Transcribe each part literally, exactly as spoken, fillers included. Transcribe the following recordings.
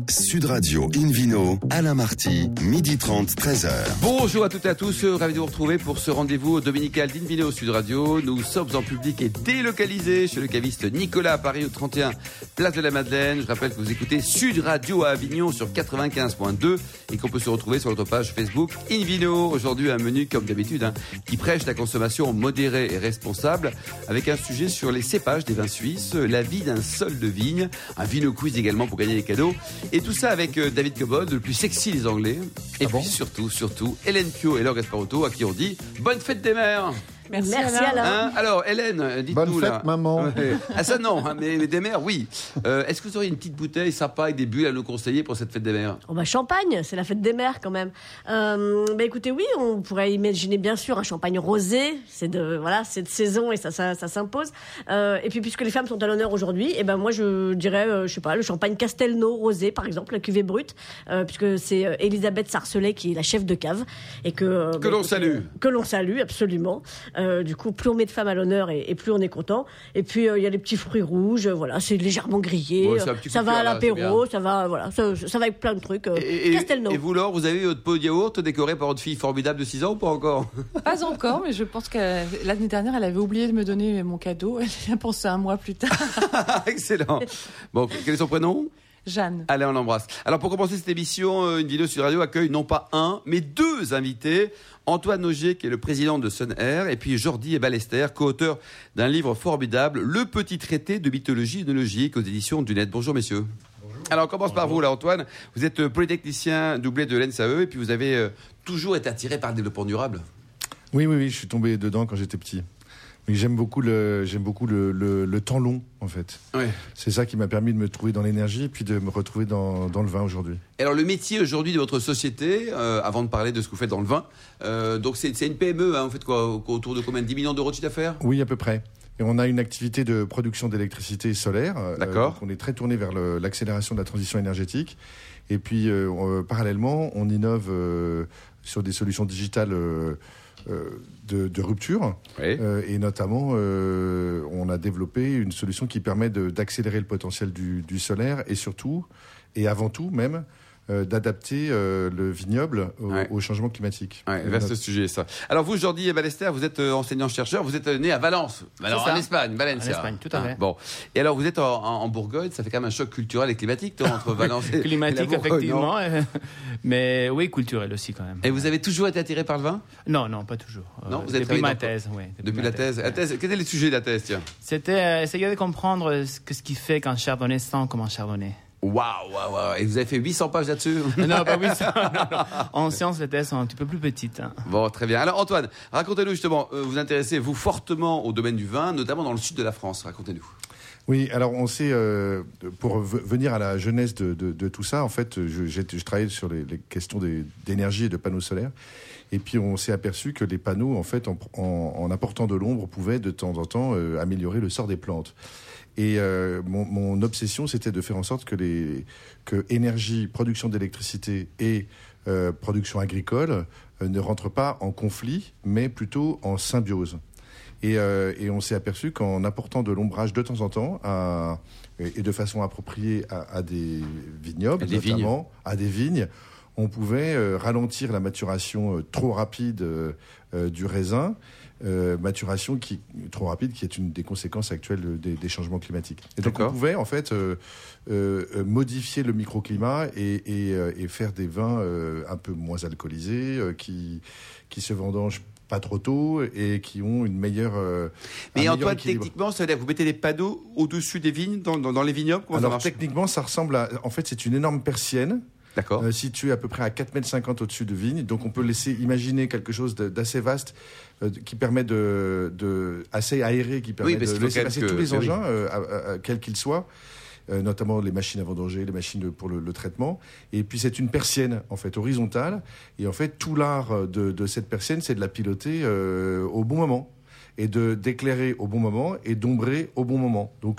Sud Radio Invino, Alain Marty, midi trente, treize heures. Bonjour à toutes et à tous, ravi de vous retrouver pour ce rendez-vous dominical d'Invino Sud Radio. Nous sommes en public et délocalisés chez le caviste Nicolas à Paris au trente et un Place de la Madeleine. Je rappelle que vous écoutez Sud Radio à Avignon sur quatre-vingt-quinze point deux et qu'on peut se retrouver sur notre page Facebook Invino. Aujourd'hui un menu comme d'habitude hein, qui prêche la consommation modérée et responsable avec un sujet sur les cépages des vins suisses, la vie d'un sol de vigne, un vino quiz également pour gagner des cadeaux. Et tout ça avec euh, David Cobod, le plus sexy des Anglais. Et ah puis bon surtout, surtout, Hélène Pio et Laure Gasparotto, à qui on dit bonne fête des mères. Merci, Merci Alain. Hein alors, Hélène, dites-nous bonne là. Bonne fête, maman. Ah ça non, hein, mais, mais des mères, oui. Euh, est-ce que vous auriez une petite bouteille sympa avec des bulles à nous conseiller pour cette fête des mères? Oh bah champagne, c'est la fête des mères quand même. Euh, bah écoutez, oui, on pourrait imaginer bien sûr un champagne rosé. C'est de voilà, c'est de saison et ça, ça, ça s'impose. Euh, et puis puisque les femmes sont à l'honneur aujourd'hui, et ben moi je dirais, euh, je sais pas, le champagne Castelnau rosé par exemple, la cuvée brute, euh, puisque c'est euh, Elisabeth Sarcelet qui est la chef de cave et que euh, que bah, l'on salue. Que l'on salue absolument. Euh, du coup, plus on met de femmes à l'honneur et, et plus on est content. Et puis il euh, y a les petits fruits rouges, voilà, c'est légèrement grillé, ouais, ça va à l'apéro, là, ça va, voilà, ça, ça va avec plein de trucs. Euh, et, Castelnau. Et vous Laure, vous avez votre pot de yaourt décoré par votre fille formidable de six ans ou pas encore? Pas encore, mais je pense que l'année dernière, elle avait oublié de me donner mon cadeau. Elle y a pensé un mois plus tard. Excellent. Bon, quel est son prénom? Jeanne. Allez, on l'embrasse. Alors, pour commencer cette émission, Invino Sud Radio accueille non pas un, mais deux invités. Antoine Auger, qui est le président de Sun Air, et puis Jordi Ballester, co-auteur d'un livre formidable, Le Petit Traité de mythologie œnologique aux éditions du Net. Bonjour, messieurs. Bonjour. Alors, on commence Bonjour. par vous, là, Antoine. Vous êtes polytechnicien doublé de l'E N S A E, et puis vous avez euh, toujours été attiré par le développement durable. Oui, oui, oui, je suis tombé dedans quand j'étais petit. Mais j'aime beaucoup le, j'aime beaucoup le, le, le temps long, en fait. Oui. C'est ça qui m'a permis de me trouver dans l'énergie et puis de me retrouver dans, dans le vin aujourd'hui. Et alors, le métier aujourd'hui de votre société, euh, avant de parler de ce que vous faites dans le vin, euh, donc c'est, c'est une P M E, hein, vous faites quoi, autour de combien, dix millions d'euros de chiffre d'affaires? Oui, à peu près. Et on a une activité de production d'électricité solaire. D'accord. Euh, donc on est très tourné vers le, l'accélération de la transition énergétique. Et puis, euh, euh, parallèlement, on innove euh, sur des solutions digitales euh, euh, de, de rupture. Oui. Euh, et notamment, euh, on a développé une solution qui permet de, d'accélérer le potentiel du, du solaire et surtout, et avant tout même, Euh, d'adapter euh, le vignoble au, ouais. au changement climatique. Ouais, vaste notre... sujet, ça. Alors vous, Jordi Ballester, vous êtes euh, enseignant-chercheur, vous êtes euh, né à Valence, alors en Espagne, Valencia. En Espagne, tout à fait. Ah, bon. Et alors vous êtes en, en, en Bourgogne, ça fait quand même un choc culturel et climatique, toi, entre Valence et, climatique, et la Bourgogne, effectivement, euh, mais oui, culturel aussi quand même. Et vous avez toujours été attiré par le vin? Non, non, pas toujours. Non, euh, vous avez depuis ma dans... thèse, oui. Depuis, depuis la thèse. thèse. La thèse. Quel est le sujet de la thèse, tiens? C'était euh, essayer de comprendre ce, que, ce qui fait qu'un chardonnay sent comme un chardonnay. Waouh, waouh, waouh. Et vous avez fait huit cents pages là-dessus? Non, pas huit cents. Non, non. En sciences, les thèses sont un petit peu plus petites. Hein. Bon, très bien. Alors, Antoine, racontez-nous justement, euh, vous intéressez, vous, fortement au domaine du vin, notamment dans le sud de la France. Racontez-nous. Oui, alors on sait, euh, pour v- venir à la jeunesse de, de, de tout ça, en fait, je, j'ai, je travaillais sur les, les questions des, d'énergie et de panneaux solaires. Et puis on s'est aperçu que les panneaux, en fait, en, en, en apportant de l'ombre, pouvaient de temps en temps euh, améliorer le sort des plantes. Et euh, mon, mon obsession, c'était de faire en sorte que, les, que énergie, production d'électricité et euh, production agricole euh, ne rentrent pas en conflit, mais plutôt en symbiose. Et, euh, et on s'est aperçu qu'en apportant de l'ombrage de temps en temps, à, et de façon appropriée à, à des vignobles, à des notamment vignes. à des vignes, on pouvait euh, ralentir la maturation euh, trop rapide euh, euh, du raisin, euh, maturation qui trop rapide, qui est une des conséquences actuelles des, des changements climatiques. Et donc D'accord. on pouvait en fait euh, euh, modifier le microclimat et, et, euh, et faire des vins euh, un peu moins alcoolisés, euh, qui qui se vendangent pas trop tôt et qui ont une meilleure. Euh, Mais Antoine, techniquement, ça veut dire que vous mettez des panneaux au-dessus des vignes, dans, dans, dans les vignobles? Comment Alors ça marche? techniquement, ça ressemble à. En fait, c'est une énorme persienne. D'accord. Euh, située à peu près à quatre mètres cinquante au-dessus de vigne. Donc on peut laisser imaginer quelque chose de, d'assez vaste euh, qui permet de, de. assez aéré, qui permet oui, de laisser passer que, tous les oui. engins, euh, à, à, à, quels qu'ils soient. Euh, notamment les machines à vendanger, les machines de, pour le, le traitement. Et puis c'est une persienne, en fait, horizontale. Et en fait, tout l'art de, de cette persienne, c'est de la piloter euh, au bon moment. Et de, d'éclairer au bon moment et d'ombrer au bon moment. Donc,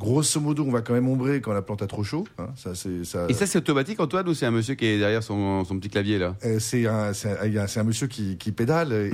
Grosso modo, on va quand même ombrer quand la plante a trop chaud. Hein, ça, c'est, ça... Et ça, c'est automatique, Antoine, ou c'est un monsieur qui est derrière son, son petit clavier, là Euh, c'est, un, c'est, un, c'est un monsieur qui, qui pédale. Et...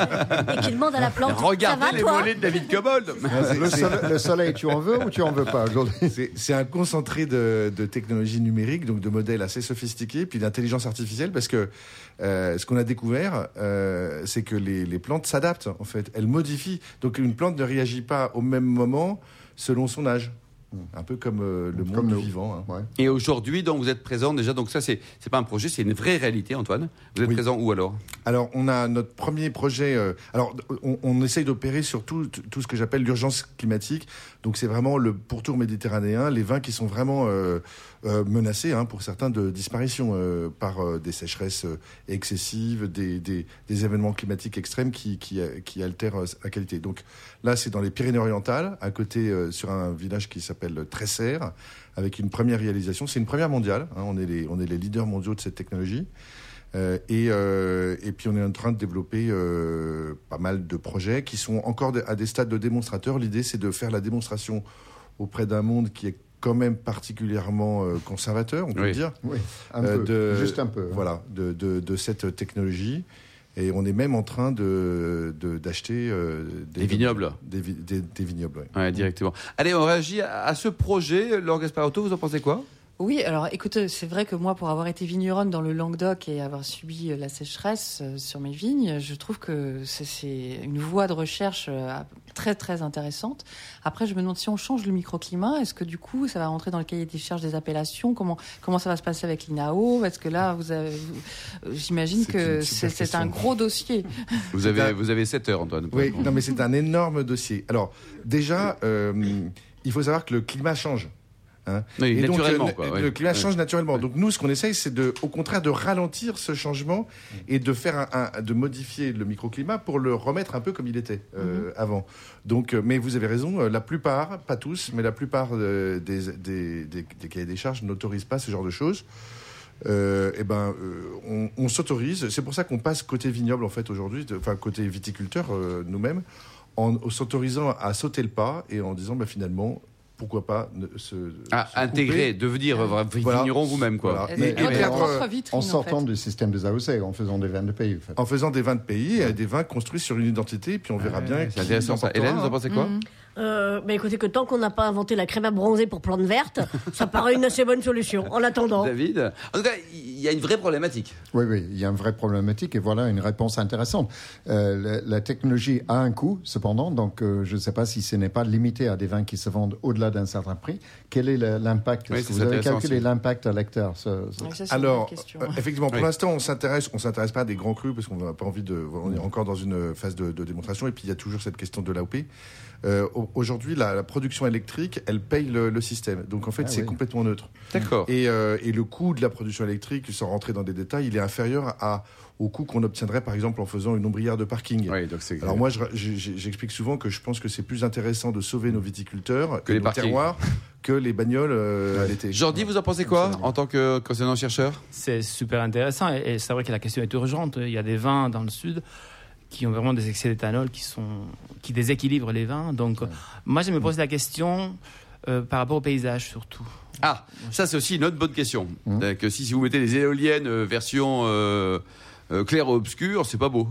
Et qui demande à la plante. Regardez ça va, les toi mollets de David Cobold. C'est- Le, c'est- soleil, le soleil, tu en veux ou tu en veux pas aujourd'hui? C'est, c'est un concentré de, de technologie numérique, donc de modèles assez sophistiqués, puis d'intelligence artificielle, parce que euh, ce qu'on a découvert, euh, c'est que les, les plantes s'adaptent, en fait. Elles modifient. Donc une plante ne réagit pas au même moment selon son âge. Un peu comme euh, le monde Comme du nous. vivant. Hein. Ouais. Et aujourd'hui, donc, vous êtes présent déjà. Donc ça, c'est c'est pas un projet, c'est une vraie réalité, Antoine. Vous êtes Oui. présent où alors? Alors, on a notre premier projet. euh, alors, on, on essaye d'opérer sur tout, tout ce que j'appelle l'urgence climatique. Donc, c'est vraiment le pourtour méditerranéen, les vins qui sont vraiment euh, euh, menacés, hein, pour certains, de disparition euh, par euh, des sécheresses euh, excessives, des, des, des événements climatiques extrêmes qui, qui, qui altèrent euh, la qualité. Donc, là, c'est dans les Pyrénées-Orientales, à côté, euh, sur un village qui s'appelle Tresserre, avec une première réalisation. C'est une première mondiale. Hein, on est les, on est les leaders mondiaux de cette technologie. Euh, et, euh, et puis on est en train de développer euh, pas mal de projets qui sont encore de- à des stades de démonstrateurs. L'idée, c'est de faire la démonstration auprès d'un monde qui est quand même particulièrement euh, conservateur, on peut Oui. le dire. Oui, un Euh, peu, de- juste un peu. hein. Voilà, de, de, de cette technologie. Et on est même en train de, de- d'acheter euh, Des vignobles. Des, vi- des- des vignobles, oui. Ouais, directement. Allez, on réagit à, à ce projet. Laure Gasparotto, vous en pensez quoi? Oui, alors écoute, c'est vrai que moi, pour avoir été vigneronne dans le Languedoc et avoir subi euh, la sécheresse euh, sur mes vignes, je trouve que c'est- c'est une voie de recherche euh, très très intéressante. Après, je me demande si on change le microclimat, est-ce que du coup, ça va rentrer dans le cahier des charges des appellations? Comment comment ça va se passer avec l'I N A O? Parce que là, vous avez, vous- j'imagine C'est que une super c'est c'est un question. gros dossier. Vous avez, vous avez sept heures, Antoine. Oui, non, mais c'est un énorme dossier. Alors, déjà, euh, il faut savoir que le climat change. Hein. Oui, Et donc, naturellement, euh, quoi, le ouais. climat Ouais. change naturellement. Donc nous, ce qu'on essaye, c'est de, au contraire, de ralentir ce changement et de faire un, un- de modifier le microclimat pour le remettre un peu comme il était euh, avant. Donc, euh, mais vous avez raison, euh, la plupart, pas tous, mais la plupart euh, des, des, des, des cahiers des charges n'autorisent pas ce genre de choses. Euh, eh ben, euh, on, on s'autorise. C'est pour ça qu'on passe côté vignoble en fait aujourd'hui, de- enfin côté viticulteur euh, nous-mêmes, en, en s'autorisant à sauter le pas et en disant, bah, finalement, pourquoi pas ne- se, Ah, se intégrer, couper. devenir euh, Voilà. vigneron vous-même, quoi. Voilà. Mais- Et- mais- et faire, votre euh, propre vitrine, En sortant fait. du système des A O C, en faisant des vins de pays. En fait. en faisant des vins de pays, euh, des vins construits sur une identité, puis on verra bien. C'est qui intéressant ça. l'emportera, Hélène, vous en hein. pensez quoi? Mhm. Euh, bah écoutez, que tant qu'on n'a pas inventé la crème à bronzer pour plantes vertes, ça paraît une assez bonne solution. En attendant. David? En tout cas, il y a une vraie problématique. Oui, oui, il y a une vraie problématique et voilà une réponse intéressante. Euh, la, la technologie a un coût, cependant, donc euh, je ne sais pas si ce n'est pas limité à des vins qui se vendent au-delà d'un certain prix. Quel est le- l'impact? Oui, Est-ce que c'est vous avez intéressant calculé aussi. l'impact à l'hectare? ce- ce- Donc ça, c'est une Alors, bonne question. euh, effectivement, pour Oui. l'instant, on s'intéresse, on s'intéresse pas à des grands crus parce qu'on n'a pas envie de. On est encore dans une phase de, de démonstration et puis il y a toujours cette question de l'A O P. Euh, au- Aujourd'hui, la, la production électrique, elle paye le, le système. Donc en fait, Ah c'est oui. complètement neutre. D'accord. Et, euh, et le coût de la production électrique, sans rentrer dans des détails, il est inférieur à, au coût qu'on obtiendrait par exemple en faisant une ombrière de parking. Oui, donc c'est. Alors moi, je- je- j'explique souvent que je pense que c'est plus intéressant de sauver nos viticulteurs Que et les nos parkings. terroirs que les bagnoles euh, à l'été. Jordi, vous en pensez quoi en tant que qu'enseignant chercheur? C'est super intéressant et, et c'est vrai que la question est urgente. Il y a des vins dans le sud qui ont vraiment des excès d'éthanol qui, sont, qui déséquilibrent les vins. Donc, moi, je me pose la question euh, par rapport au paysage surtout. Ah, ça c'est aussi une autre bonne question. Mmh. Euh, Que si, si vous mettez des éoliennes euh, version euh, euh, clair ou obscur, c'est pas beau.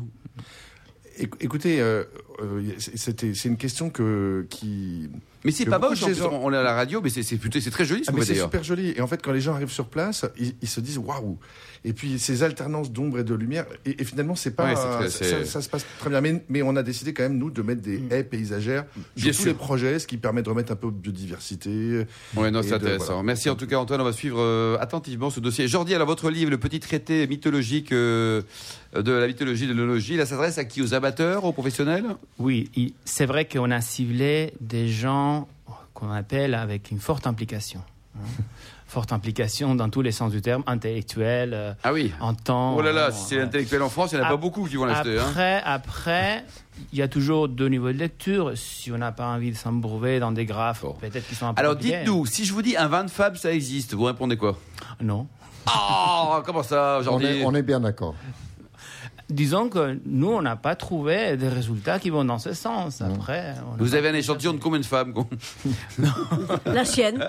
Éc- Écoutez, euh, euh, c'est- c'était- c'est une question que, qui. Mais c'est Que pas beaucoup moche. de en plus, gens- On est à la radio, mais c'est c'est plutôt c'est très joli ce Ah, que mais vous c'est faites d'ailleurs. super joli. Et en fait, quand les gens arrivent sur place, ils, ils se disent waouh. Et puis ces alternances d'ombre et de lumière. Et, et finalement, c'est pas. Ouais, c'est très- ça, c'est- ça- ça se passe très bien. Mais, mais on a décidé quand même nous de mettre des haies paysagères Bien sur tous sûr. les projets, ce qui permet de remettre un peu de biodiversité. Ouais, non, Et c'est de- intéressant. voilà. Merci en tout cas, Antoine. On va suivre euh, attentivement ce dossier. Jordi, alors votre livre, le petit traité mythologique euh, de la mythologie de l'œnologie, là s'adresse à qui? Aux amateurs, aux professionnels? Oui, il- c'est vrai qu'on a ciblé des gens qu'on appelle avec une forte implication. hein. Forte implication dans tous les sens du terme, intellectuelle, euh, Ah oui. en temps. Oh là là, euh, si c'est ouais. l'intellectuel en France, il n'y en a pas Ap- beaucoup qui vont l'acheter. Hein. Après, après, il y a toujours deux niveaux de lecture. Si on n'a pas envie de s'embrouver dans des graphes, Bon. peut-être qu'ils sont un peu Alors compliqués. dites-nous, si je vous dis un vin de fable, ça existe, vous répondez quoi? Non. Oh, comment ça, On Jordi? est, on est bien d'accord. Disons que nous, on n'a pas trouvé des résultats qui vont dans ce sens. Après, on Vous pas avez un échantillon de combien de femmes? La sienne.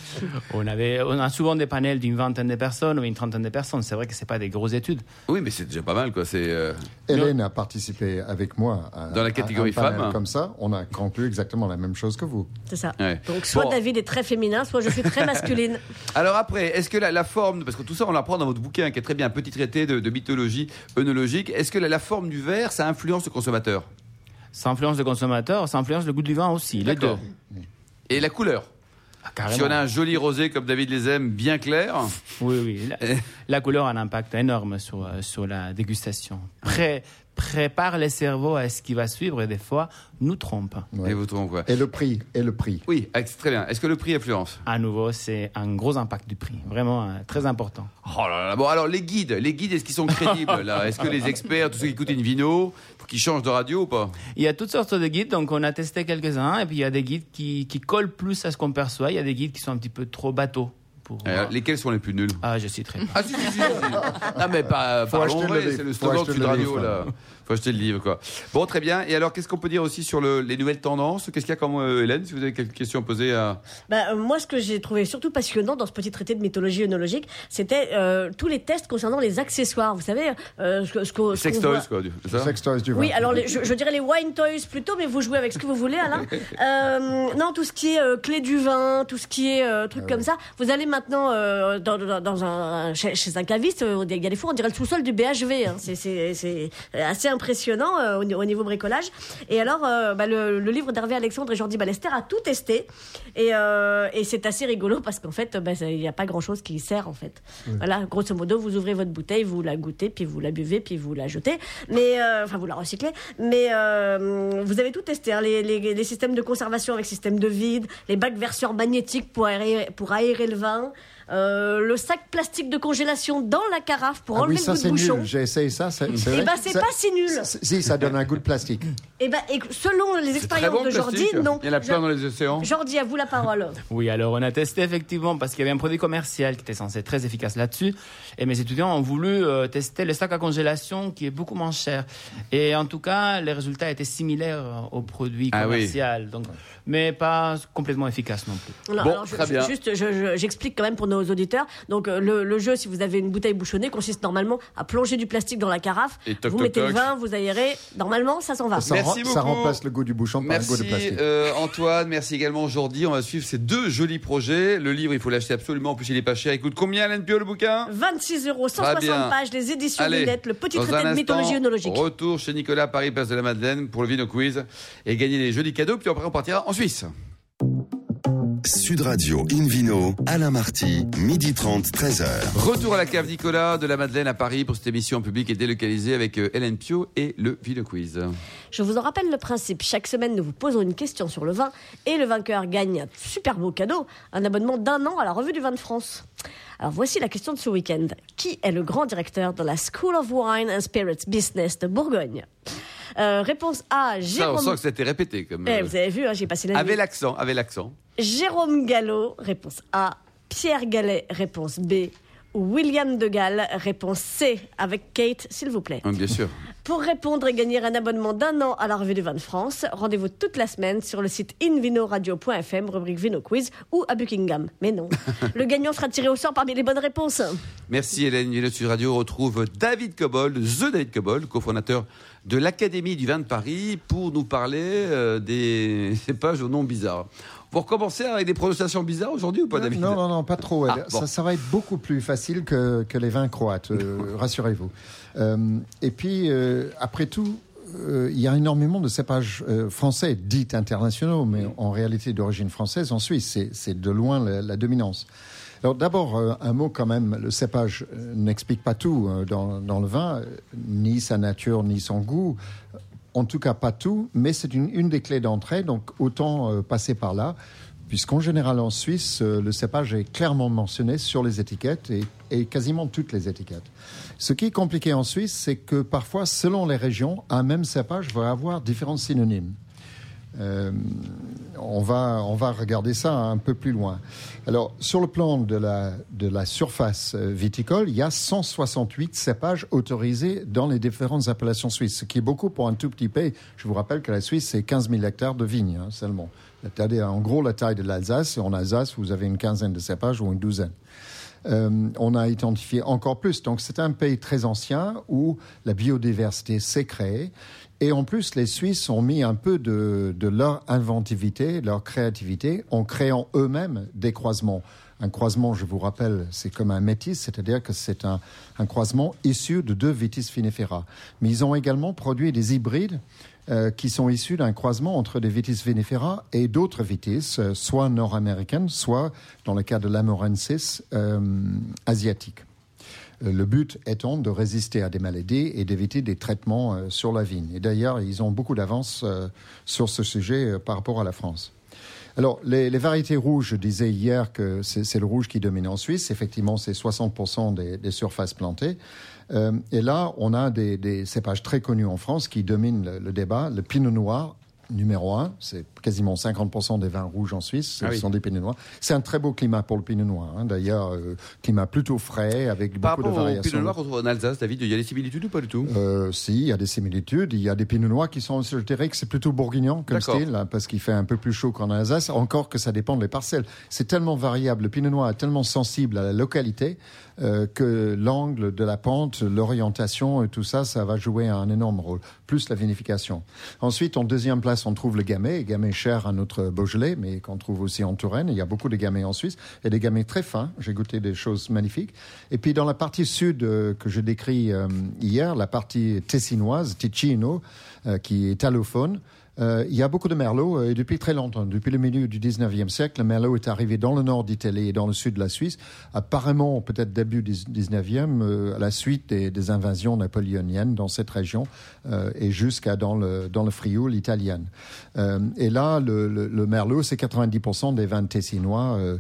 on, avait, on a souvent des panels d'une vingtaine de personnes ou une trentaine de personnes. C'est vrai que ce n'est pas des grosses études. Oui, mais c'est déjà pas mal, quoi. C'est, euh... Hélène a participé avec moi à, dans la catégorie à un panel femmes. Comme ça, on a conclu exactement la même chose que vous. C'est ça. Ouais. Donc, soit Bon. David est très féminin, soit je suis très masculine. Alors après, est-ce que la, la forme, parce que tout ça on l'apprend dans votre bouquin qui est très bien, un petit traité de, de mythologie œnologique, est-ce que la, la forme du verre, ça influence le consommateur? Ça influence le consommateur, ça influence le goût du vin aussi, les deux. D'accord. Et la couleur? Ah, carrément. Si on a un joli rosé comme David les aime, bien clair. Oui, oui. La, la couleur a un impact énorme sur, euh, sur la dégustation. Pré, prépare le cerveau à ce qui va suivre et des fois nous trompe. Ouais. Et vous trouvez quoi? Et le prix, et le prix. Oui, ex- très bien. Est-ce que le prix influence? À nouveau, c'est un gros impact du prix, vraiment euh, très important. Oh là là. Bon, alors les guides, les guides, est-ce qu'ils sont crédibles là? Est-ce que les experts, tous ceux qui écoutent une vino, faut qu'ils changent de radio ou pas? Il y a toutes sortes de guides, donc on a testé quelques-uns, et puis il y a des guides qui, qui collent plus à ce qu'on perçoit, il y a des guides qui sont un petit peu trop bateaux. Pour, Alors, lesquels sont les plus nuls? Ah, je citerai pas. Ah si, si, si, si. Non mais pas, Faut parlons acheter le vrai, livre. c'est le Faut slogan de acheter Sud le Radio livre. là. Faut acheter le livre quoi. Bon, très bien. Et alors, qu'est-ce qu'on peut dire aussi sur le, les nouvelles tendances? Qu'est-ce qu'il y a comme euh, Hélène, si vous avez quelques questions à poser à... Bah, euh, moi, ce que j'ai trouvé surtout passionnant dans ce petit traité de mythologie œnologique, c'était euh, tous les tests concernant les accessoires. Vous savez, euh, ce, que- ce qu'on- ce Sex qu'on toys voit- quoi, du- c'est ça? Sex toys du vin. Oui, alors les- je, je dirais les wine toys plutôt, mais vous jouez avec ce que vous voulez, Alain. Euh, non, tout ce qui est euh, clé du vin, tout ce qui est euh, trucs comme ça. Vous allez maintenant euh, dans, dans, dans un, chez, chez un caviste, euh, il y a des fois, on dirait le sous-sol du B H V. Hein. C'est, c'est, c'est assez impressionnant euh, au, au niveau bricolage. Et alors, euh, bah, le, le livre d'Hervé Alexandre et Jordi Ballester a tout testé. Et, euh, et c'est assez rigolo parce qu'en fait, bah, il n'y a pas grand-chose qui sert, en fait. Voilà, grosso modo, vous ouvrez votre bouteille, vous la goûtez, puis vous la buvez, puis vous la jetez. Mais, euh, enfin, vous la recyclez. Mais euh, vous avez tout testé, hein, les, les, les systèmes de conservation avec système de vide, les bacs verseurs magnétiques pour aérer, pour aérer le vin, euh, le sac plastique de congélation dans la carafe pour Ah enlever oui, ça le goût c'est de bouchon. nul. J'ai essayé ça. C'est, c'est Eh vrai. ben, c'est Ça- pas si nul. c'est- Si, ça donne un goût de plastique. Et ben, et selon les C'est très expériences bon, de Jordi, plastique. non. Il y en a plein dans les océans. Jordi, à vous la parole. Oui, alors on a testé effectivement parce qu'il y avait un produit commercial qui était censé être très efficace là-dessus. Et mes étudiants ont voulu euh, tester le sac à congélation qui est beaucoup moins cher. Et en tout cas, les résultats étaient similaires euh, au produit Ah oui. commercial. Donc, mais pas complètement efficace non plus. Non, Bon, alors, je- très je- bien. Juste, je- je- j'explique quand même pour nos auditeurs. Donc, euh, le, le jeu, si vous avez une bouteille bouchonnée, consiste normalement à plonger du plastique dans la carafe. Et toc, vous toc, mettez toc. le vin, vous aérez. Normalement, ça s'en va. Ça, Merci rem- ça beaucoup. remplace le goût du bouchon par le goût de Merci plastique. euh, Antoine, merci également Jordi. On va suivre ces deux jolis projets. Le livre, il faut l'acheter absolument. En plus, il est pas cher. Il coûte combien, Alain Pio, le bouquin? vingt-six euros, cent Très soixante bien. pages, les éditions Allez, Villette, le petit dans traité un de mythologie instant, œnologique. Retour chez Nicolas, Paris, place de la Madeleine, pour le Vino Quiz et gagner les jolis cadeaux. Puis après, on partira en Suisse. Sud Radio Invino, Alain Marty, midi trente, treize heures. Retour à la cave Nicolas de la Madeleine à Paris pour cette émission en public et délocalisée avec euh, Hélène Pio et le Vino Quiz. Je vous en rappelle le principe. Chaque semaine, nous vous posons une question sur le vin et le vainqueur gagne un super beau cadeau, un abonnement d'un an à la Revue du Vin de France. Alors voici la question de ce week-end. Qui est le grand directeur de la School of Wine and Spirits Business de Bourgogne? Euh, réponse A, Ça, on Jérôme... sent que ça a été répété. Comme, Eh, euh, vous avez vu, hein, j'ai passé la nuit. avec l'accent, avec l'accent. Jérôme Gallo, réponse A. Pierre Gallet, réponse B. William De Gaulle, réponse C. Avec Kate, s'il vous plaît. Oui, bien sûr. Pour répondre et gagner un abonnement d'un an à la Revue du Vin de France, rendez-vous toute la semaine sur le site invinoradio point f m, rubrique Vino Quiz, ou à Buckingham. Mais non, le gagnant sera tiré au sort parmi les bonnes réponses. Merci Hélène. Vino Sud Radio retrouve David Cobold, The David Cobold, cofondateur de l'Académie du vin de Paris, pour nous parler euh, des cépages aux noms bizarres. Vous recommencez avec des prononciations bizarres aujourd'hui ou pas, David? Non, non, non, pas trop. Ah, bon. ça, ça va être beaucoup plus facile que, que les vins croates, euh, rassurez-vous. Euh, et puis, euh, après tout, euh, il y a énormément de cépages euh, français, dits internationaux, mais en réalité d'origine française en Suisse. C'est, c'est de loin la, la dominance. Alors d'abord, euh, un mot quand même, le cépage euh, n'explique pas tout euh, dans, dans le vin, euh, ni sa nature, ni son goût. En tout cas, pas tout, mais c'est une, une des clés d'entrée, donc autant euh, passer par là, puisqu'en général en Suisse, euh, le cépage est clairement mentionné sur les étiquettes et, et quasiment toutes les étiquettes. Ce qui est compliqué en Suisse, c'est que parfois, selon les régions, un même cépage va avoir différents synonymes. Euh, on va, on va regarder ça un peu plus loin. Alors, sur le plan de la, de la surface viticole, il y a cent soixante-huit cépages autorisés dans les différentes appellations suisses, ce qui est beaucoup pour un tout petit pays. Je vous rappelle que la Suisse, c'est quinze mille hectares de vignes hein, seulement. C'est-à-dire, en gros, la taille de l'Alsace. Et en Alsace, vous avez une quinzaine de cépages ou une douzaine. Euh, on a identifié encore plus. Donc, c'est un pays très ancien où la biodiversité s'est créée. Et en plus, les Suisses ont mis un peu de, de leur inventivité, leur créativité, en créant eux-mêmes des croisements. Un croisement, je vous rappelle, c'est comme un métis, c'est-à-dire que c'est un, un croisement issu de deux Vitis vinifera. Mais ils ont également produit des hybrides euh, qui sont issus d'un croisement entre des Vitis vinifera et d'autres Vitis, euh, soit nord-américaines, soit, dans le cas de l'Amorensis, euh, asiatiques. Le but étant de résister à des maladies et d'éviter des traitements euh, sur la vigne. Et d'ailleurs, ils ont beaucoup d'avance euh, sur ce sujet euh, par rapport à la France. Alors, les, les variétés rouges, je disais hier que c'est, c'est le rouge qui domine en Suisse. Effectivement, c'est soixante pour cent des, des surfaces plantées. Euh, et là, on a des, des cépages très connus en France qui dominent le, le débat. Le pinot noir, numéro un, c'est quasiment cinquante pour cent des vins rouges en Suisse, ce ah oui. sont des pinots noirs. C'est un très beau climat pour le pinot noir. Hein. D'ailleurs, euh, climat plutôt frais, avec Par beaucoup de variations. Par rapport au pinot noir qu'on trouve en Alsace, David, il y a des similitudes ou pas du tout euh, Si, il y a des similitudes. Il y a des pinots noirs qui sont, je dirais que c'est plutôt bourguignon comme D'accord. style, hein, parce qu'il fait un peu plus chaud qu'en Alsace, encore que ça dépend des parcelles. C'est tellement variable, le pinot noir est tellement sensible à la localité, euh, que l'angle de la pente, l'orientation et tout ça, ça va jouer un énorme rôle, plus la vinification. Ensuite, en deuxième place, on trouve le gamay. Gamay cher à notre Beaujolais, mais qu'on trouve aussi en Touraine. Il y a beaucoup de gamay en Suisse et des gamay très fins. J'ai goûté des choses magnifiques. Et puis, dans la partie sud euh, que je décris euh, hier, la partie tessinoise, Ticino, euh, qui est allophone, Euh, il y a beaucoup de merlot euh, et depuis très longtemps, depuis le milieu du dix-neuvième siècle, le merlot est arrivé dans le nord d'Italie et dans le sud de la Suisse, apparemment peut-être début du dix-neuvième, euh, à la suite des, des invasions napoléoniennes dans cette région euh, et jusqu'à dans le, dans le Frioul italien. Euh, et là, le, le, le merlot, c'est quatre-vingt-dix pour cent des vins tessinois euh,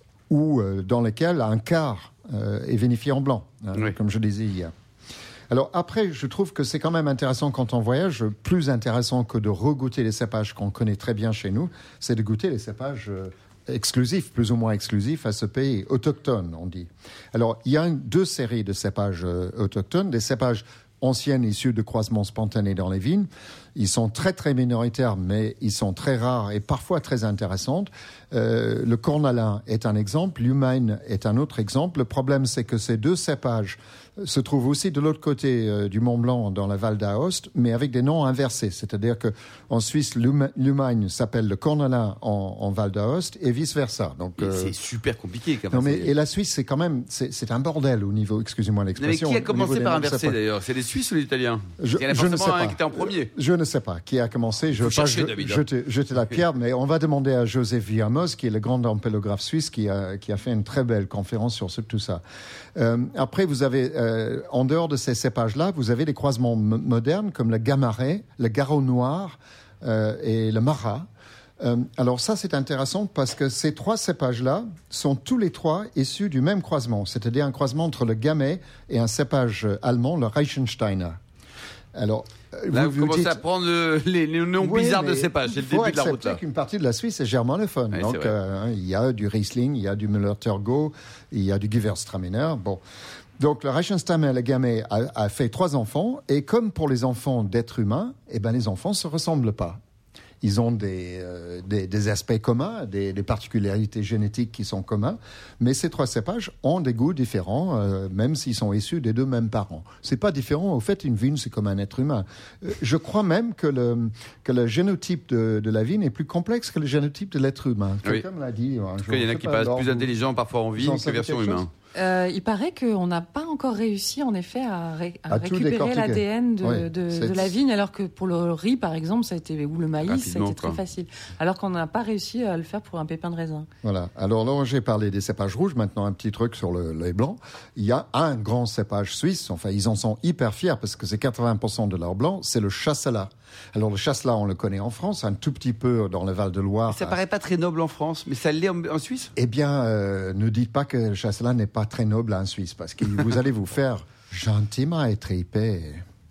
ou euh, dans lesquels un quart euh, est vinifié en blanc, hein, oui. comme je disais hier. Alors après, je trouve que c'est quand même intéressant quand on voyage, plus intéressant que de regoûter les cépages qu'on connaît très bien chez nous, c'est de goûter les cépages euh, exclusifs, plus ou moins exclusifs à ce pays, autochtones, on dit. Alors, il y a une, deux séries de cépages euh, autochtones, des cépages anciennes issues de croisements spontanés dans les vignes. Ils sont très, très minoritaires, mais ils sont très rares et parfois très intéressantes. Euh, le cornalin est un exemple, l'humaine est un autre exemple. Le problème, c'est que ces deux cépages se trouvent aussi de l'autre côté euh, du Mont Blanc, dans la Val d'Aoste, mais avec des noms inversés. C'est-à-dire qu'en Suisse, l'humaine s'appelle le cornalin en, en Val d'Aoste et vice-versa. Donc, euh... c'est super compliqué quand même. Non, mais, et la Suisse, c'est quand même, c'est, c'est un bordel au niveau, excusez-moi l'expression. Mais qui a commencé par inverser d'ailleurs? C'est les Suisses ou les Italiens? Je, Il y en a je ne sais un pas. qui était en premier. Je ne sais pas qui a commencé. Je ne veux pas chercher, je, David, jeter, jeter la pierre, mais on va demander à Joseph Viamos, qui est le grand ampélographe suisse, qui a, qui a fait une très belle conférence sur ce, tout ça. Euh, après, vous avez, euh, en dehors de ces cépages-là, vous avez des croisements m- modernes comme le Gamaret, le Garot noir euh, et le Marat. Euh, alors ça, c'est intéressant parce que ces trois cépages-là sont tous les trois issus du même croisement, c'est-à-dire un croisement entre le Gamay et un cépage allemand, le Reichensteiner. Alors, là, vous, vous, vous commencez dites... à prendre le, les, les noms oui, bizarres de cépages. C'est le début de la route. Il faut accepter qu'une partie de la Suisse est germanophone. Oui, donc, euh, il y a du Riesling, il y a du Müller-Thurgau, il y a du Gewürztraminer. Bon. Donc, le Reichensteiner, le Gamay, a, a fait trois enfants. Et comme pour les enfants d'êtres humains, eh ben, les enfants ne se ressemblent pas. Ils ont des, euh, des, des aspects communs, des, des particularités génétiques qui sont communs, mais ces trois cépages ont des goûts différents, euh, même s'ils sont issus des deux mêmes parents. C'est pas différent. Au fait, une vigne, c'est comme un être humain. Euh, je crois même que le, que le génotype de, de la vigne est plus complexe que le génotype de l'être humain. Oui. Quelqu'un me l'a dit. Hein, il y en a qui paraissent plus intelligents parfois en vigne que version humain. Euh, il paraît qu'on n'a pas encore réussi, en effet, à, ré- à à récupérer l'A D N de, oui, de, de la vigne, alors que pour le riz, par exemple, ça a été, ou le maïs, rapidement, ça a été très quoi. facile. Alors qu'on n'a pas réussi à le faire pour un pépin de raisin. Voilà. Alors là, j'ai parlé des cépages rouges. Maintenant, un petit truc sur le lait blanc. Il y a un grand cépage suisse. Enfin, ils en sont hyper fiers parce que c'est quatre-vingts pour cent de leur blanc. C'est le chasselas. Alors, le chasselas, on le connaît en France, un tout petit peu dans le Val-de-Loire. Ça paraît pas très noble en France, mais ça l'est en, en Suisse? Eh bien, euh, ne dites pas que le chasselas n'est pas très noble en Suisse, parce que vous allez vous faire gentiment étriper.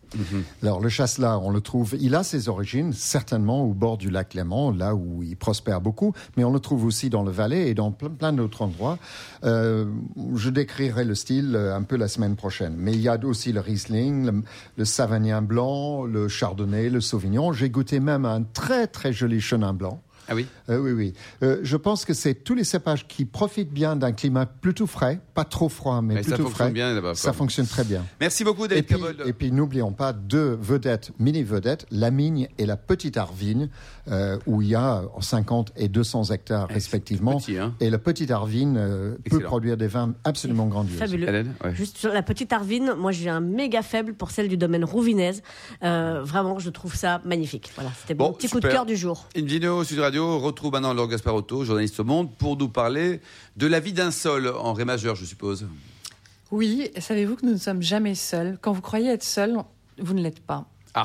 Mmh. Alors le chasselas, on le trouve, il a ses origines certainement au bord du lac Léman, là où il prospère beaucoup, mais on le trouve aussi dans le Valais et dans plein, plein d'autres endroits. Euh, je décrirai le style un peu la semaine prochaine. Mais il y a aussi le Riesling, le, le Savagnin blanc, le Chardonnay, le Sauvignon. J'ai goûté même un très très joli Chenin blanc. Ah oui euh, Oui, oui. Euh, je pense que c'est tous les cépages qui profitent bien d'un climat plutôt frais, pas trop froid, mais, mais plutôt ça frais. Fonctionne bien, là-bas, ça fonctionne très bien. Merci beaucoup, David et puis, Cabold. Et puis, n'oublions pas deux vedettes, mini-vedettes, la Migne et la Petite Arvine, euh, où il y a cinquante et deux cents hectares ouais, respectivement. Petit, hein. Et la Petite Arvine euh, peut produire des vins absolument grandioses. Fabuleux. Hélène, ouais. Juste sur la Petite Arvine, moi j'ai un méga faible pour celle du domaine Rouvinez. Euh, vraiment, je trouve ça magnifique. Voilà, c'était Bon, mon petit super. coup de cœur du jour. Invino Sud Radio retrouve maintenant Laure Gasparotto, journaliste au Monde, pour nous parler de la vie d'un sol en ré majeur, je suppose. Oui, savez-vous que nous ne sommes jamais seuls. Quand vous croyez être seul, vous ne l'êtes pas. Ah.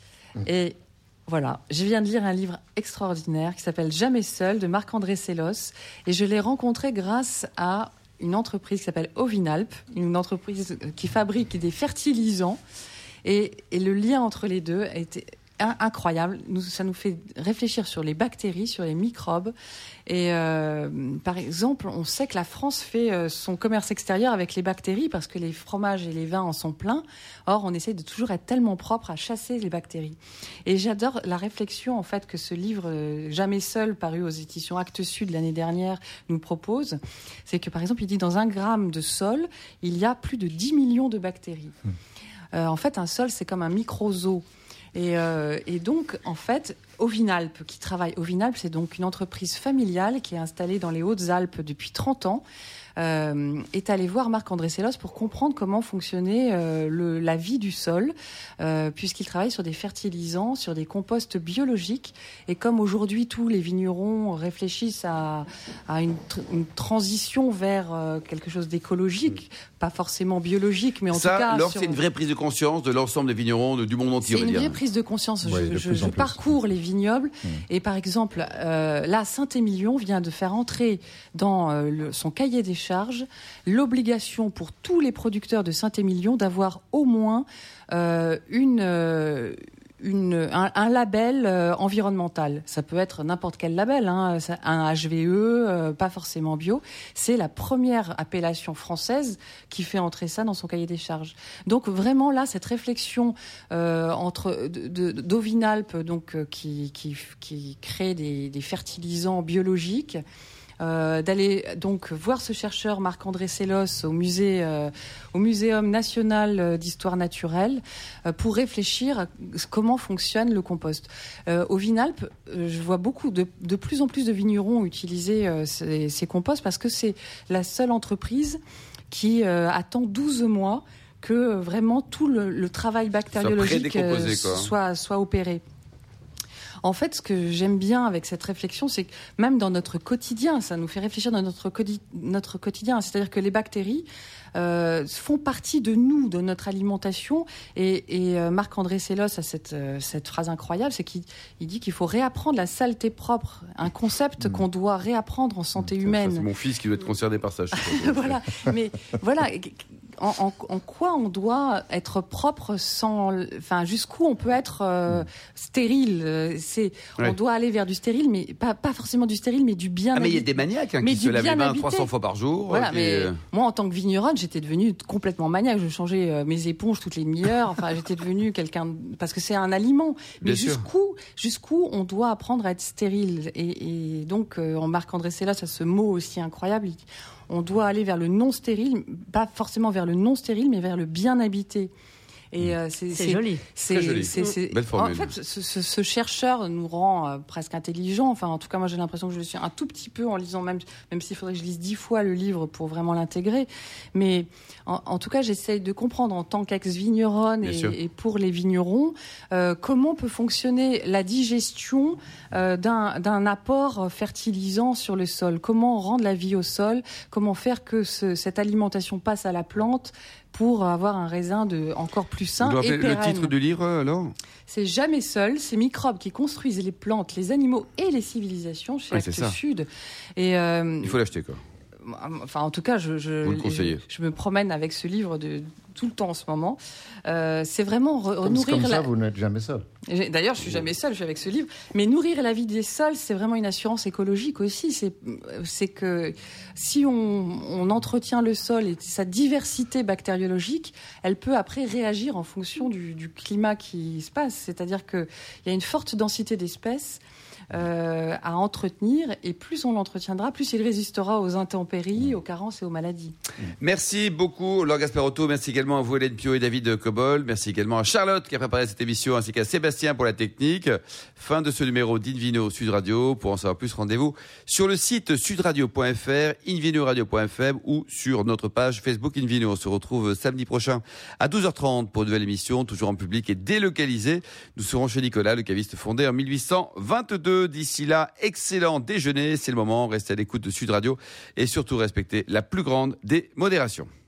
Et voilà, je viens de lire un livre extraordinaire qui s'appelle Jamais seul de Marc-André Sellos, et je l'ai rencontré grâce à une entreprise qui s'appelle Ovinalp, une entreprise qui fabrique des fertilisants, et, et le lien entre les deux a été incroyable. Nous, ça nous fait réfléchir sur les bactéries, sur les microbes. Et euh, par exemple, on sait que la France fait euh, son commerce extérieur avec les bactéries parce que les fromages et les vins en sont pleins. Or, on essaie de toujours être tellement propre à chasser les bactéries. Et j'adore la réflexion en fait que ce livre euh, Jamais seul, paru aux éditions Actes Sud l'année dernière, nous propose. C'est que par exemple, il dit dans un gramme de sol, il y a plus de dix millions de bactéries. Mmh. Euh, en fait, un sol, c'est comme un micro-zoo. Et, euh, et donc, en fait, Ovinalp, qui travaille... Ovinalp, c'est donc une entreprise familiale qui est installée dans les Hautes-Alpes depuis trente ans, euh, est allé voir Marc-André Sellos pour comprendre comment fonctionnait euh, le, la vie du sol, euh, puisqu'il travaille sur des fertilisants, sur des composts biologiques. Et comme aujourd'hui, tous les vignerons réfléchissent à, à une, tr- une transition vers euh, quelque chose d'écologique, pas forcément biologique, mais en ça, tout cas... alors, sur... c'est une vraie prise de conscience de l'ensemble des vignerons de, du monde entier, C'est on va une dire. vraie prise de conscience. Ouais, je de je, plus en je plus. parcours les vignobles Mmh. et par exemple, euh, là, Saint-Émilion vient de faire entrer dans euh, le, son cahier des charges l'obligation pour tous les producteurs de Saint-Émilion d'avoir au moins euh, une... Euh, Une, un, un label euh, environnemental. Ça peut être n'importe quel label, hein, un H V E, euh, pas forcément bio. C'est la première appellation française qui fait entrer ça dans son cahier des charges. Donc vraiment là, cette réflexion euh, entre de, de, d'Ovinalp, donc euh, qui, qui, qui crée des, des fertilisants biologiques. Euh, d'aller donc voir ce chercheur Marc-André Sellos au musée, euh, au Muséum national d'histoire naturelle euh, pour réfléchir à comment fonctionne le compost. Euh, au Vinalp, euh, je vois beaucoup de, de plus en plus de vignerons utiliser euh, ces, ces composts parce que c'est la seule entreprise qui euh, attend douze mois que euh, vraiment tout le, le travail bactériologique euh, soit, soit opéré. En fait, ce que j'aime bien avec cette réflexion, c'est que même dans notre quotidien, ça nous fait réfléchir dans notre, codi- notre quotidien. C'est-à-dire que les bactéries euh, font partie de nous, de notre alimentation. Et, et euh, Marc-André Sellos a cette, euh, cette phrase incroyable, c'est qu'il il dit qu'il faut réapprendre la saleté propre, un concept mmh. qu'on doit réapprendre en santé mmh, humaine. Ça, c'est mon fils qui doit être concerné par ça. Je sais pas. Voilà, mais voilà... En, en, en quoi on doit être propre sans, enfin jusqu'où on peut être euh, stérile. C'est, ouais. On doit aller vers du stérile, mais pas, pas forcément du stérile, mais du bien. Ah mais il y a des maniaques hein, qui se lavent les mains trois cents fois par jour. Voilà, qui... mais moi en tant que vigneronne, j'étais devenue complètement maniaque. Je changeais euh, mes éponges toutes les demi-heures. Enfin, j'étais devenue quelqu'un parce que c'est un aliment. Mais bien jusqu'où, sûr. jusqu'où on doit apprendre à être stérile. Et, et donc, euh, en Marc-André Sellos, a ce mot aussi incroyable. Il, on doit aller vers le non stérile, pas forcément vers le non stérile, mais vers le bien habité. Et euh, c'est, c'est, c'est joli. C'est, Très joli. C'est, c'est, Belle formule. En fait, ce, ce, ce chercheur nous rend euh, presque intelligents. Enfin, en tout cas, moi, j'ai l'impression que je le suis un tout petit peu en lisant, même, même s'il faudrait que je lise dix fois le livre pour vraiment l'intégrer. Mais en, en tout cas, j'essaye de comprendre en tant qu'ex-vigneronne et, et pour les vignerons euh, comment peut fonctionner la digestion euh, d'un, d'un apport fertilisant sur le sol. Comment rendre la vie au sol. Comment faire que ce, cette alimentation passe à la plante pour avoir un raisin de encore plus sain Vous et pérenne. Le titre du livre, alors ? C'est Jamais seul, ces microbes qui construisent les plantes, les animaux et les civilisations chez ouais, Actes Sud. Et euh, il faut l'acheter, quoi. enfin, en tout cas, je, je, Vous le conseillez. je, je me promène avec ce livre de, tout le temps en ce moment. Euh, c'est vraiment re- Comme, nourrir comme ça, la... vous n'êtes jamais seul. J'ai- D'ailleurs, je suis jamais seule, je suis avec ce livre. Mais nourrir la vie des sols, c'est vraiment une assurance écologique aussi. C'est, c'est que si on, on entretient le sol et sa diversité bactériologique, elle peut après réagir en fonction du, du climat qui se passe. C'est-à-dire qu'il y a une forte densité d'espèces Euh, à entretenir, et plus on l'entretiendra, plus il résistera aux intempéries, aux carences et aux maladies. Merci beaucoup Laure Gasparotto, merci également à vous Hélène Pio et David Cobol, merci également à Charlotte qui a préparé cette émission, ainsi qu'à Sébastien pour la technique. Fin de ce numéro d'Invino Sud Radio. Pour en savoir plus, rendez-vous sur le site sudradio point f r, invinoradio point f m ou sur notre page Facebook Invino. On se retrouve samedi prochain à douze heures trente pour une nouvelle émission, toujours en public et délocalisée. Nous serons chez Nicolas, le caviste fondé en mille huit cent vingt-deux. D'ici là, excellent déjeuner, c'est le moment, restez à l'écoute de Sud Radio et surtout respectez la plus grande des modérations.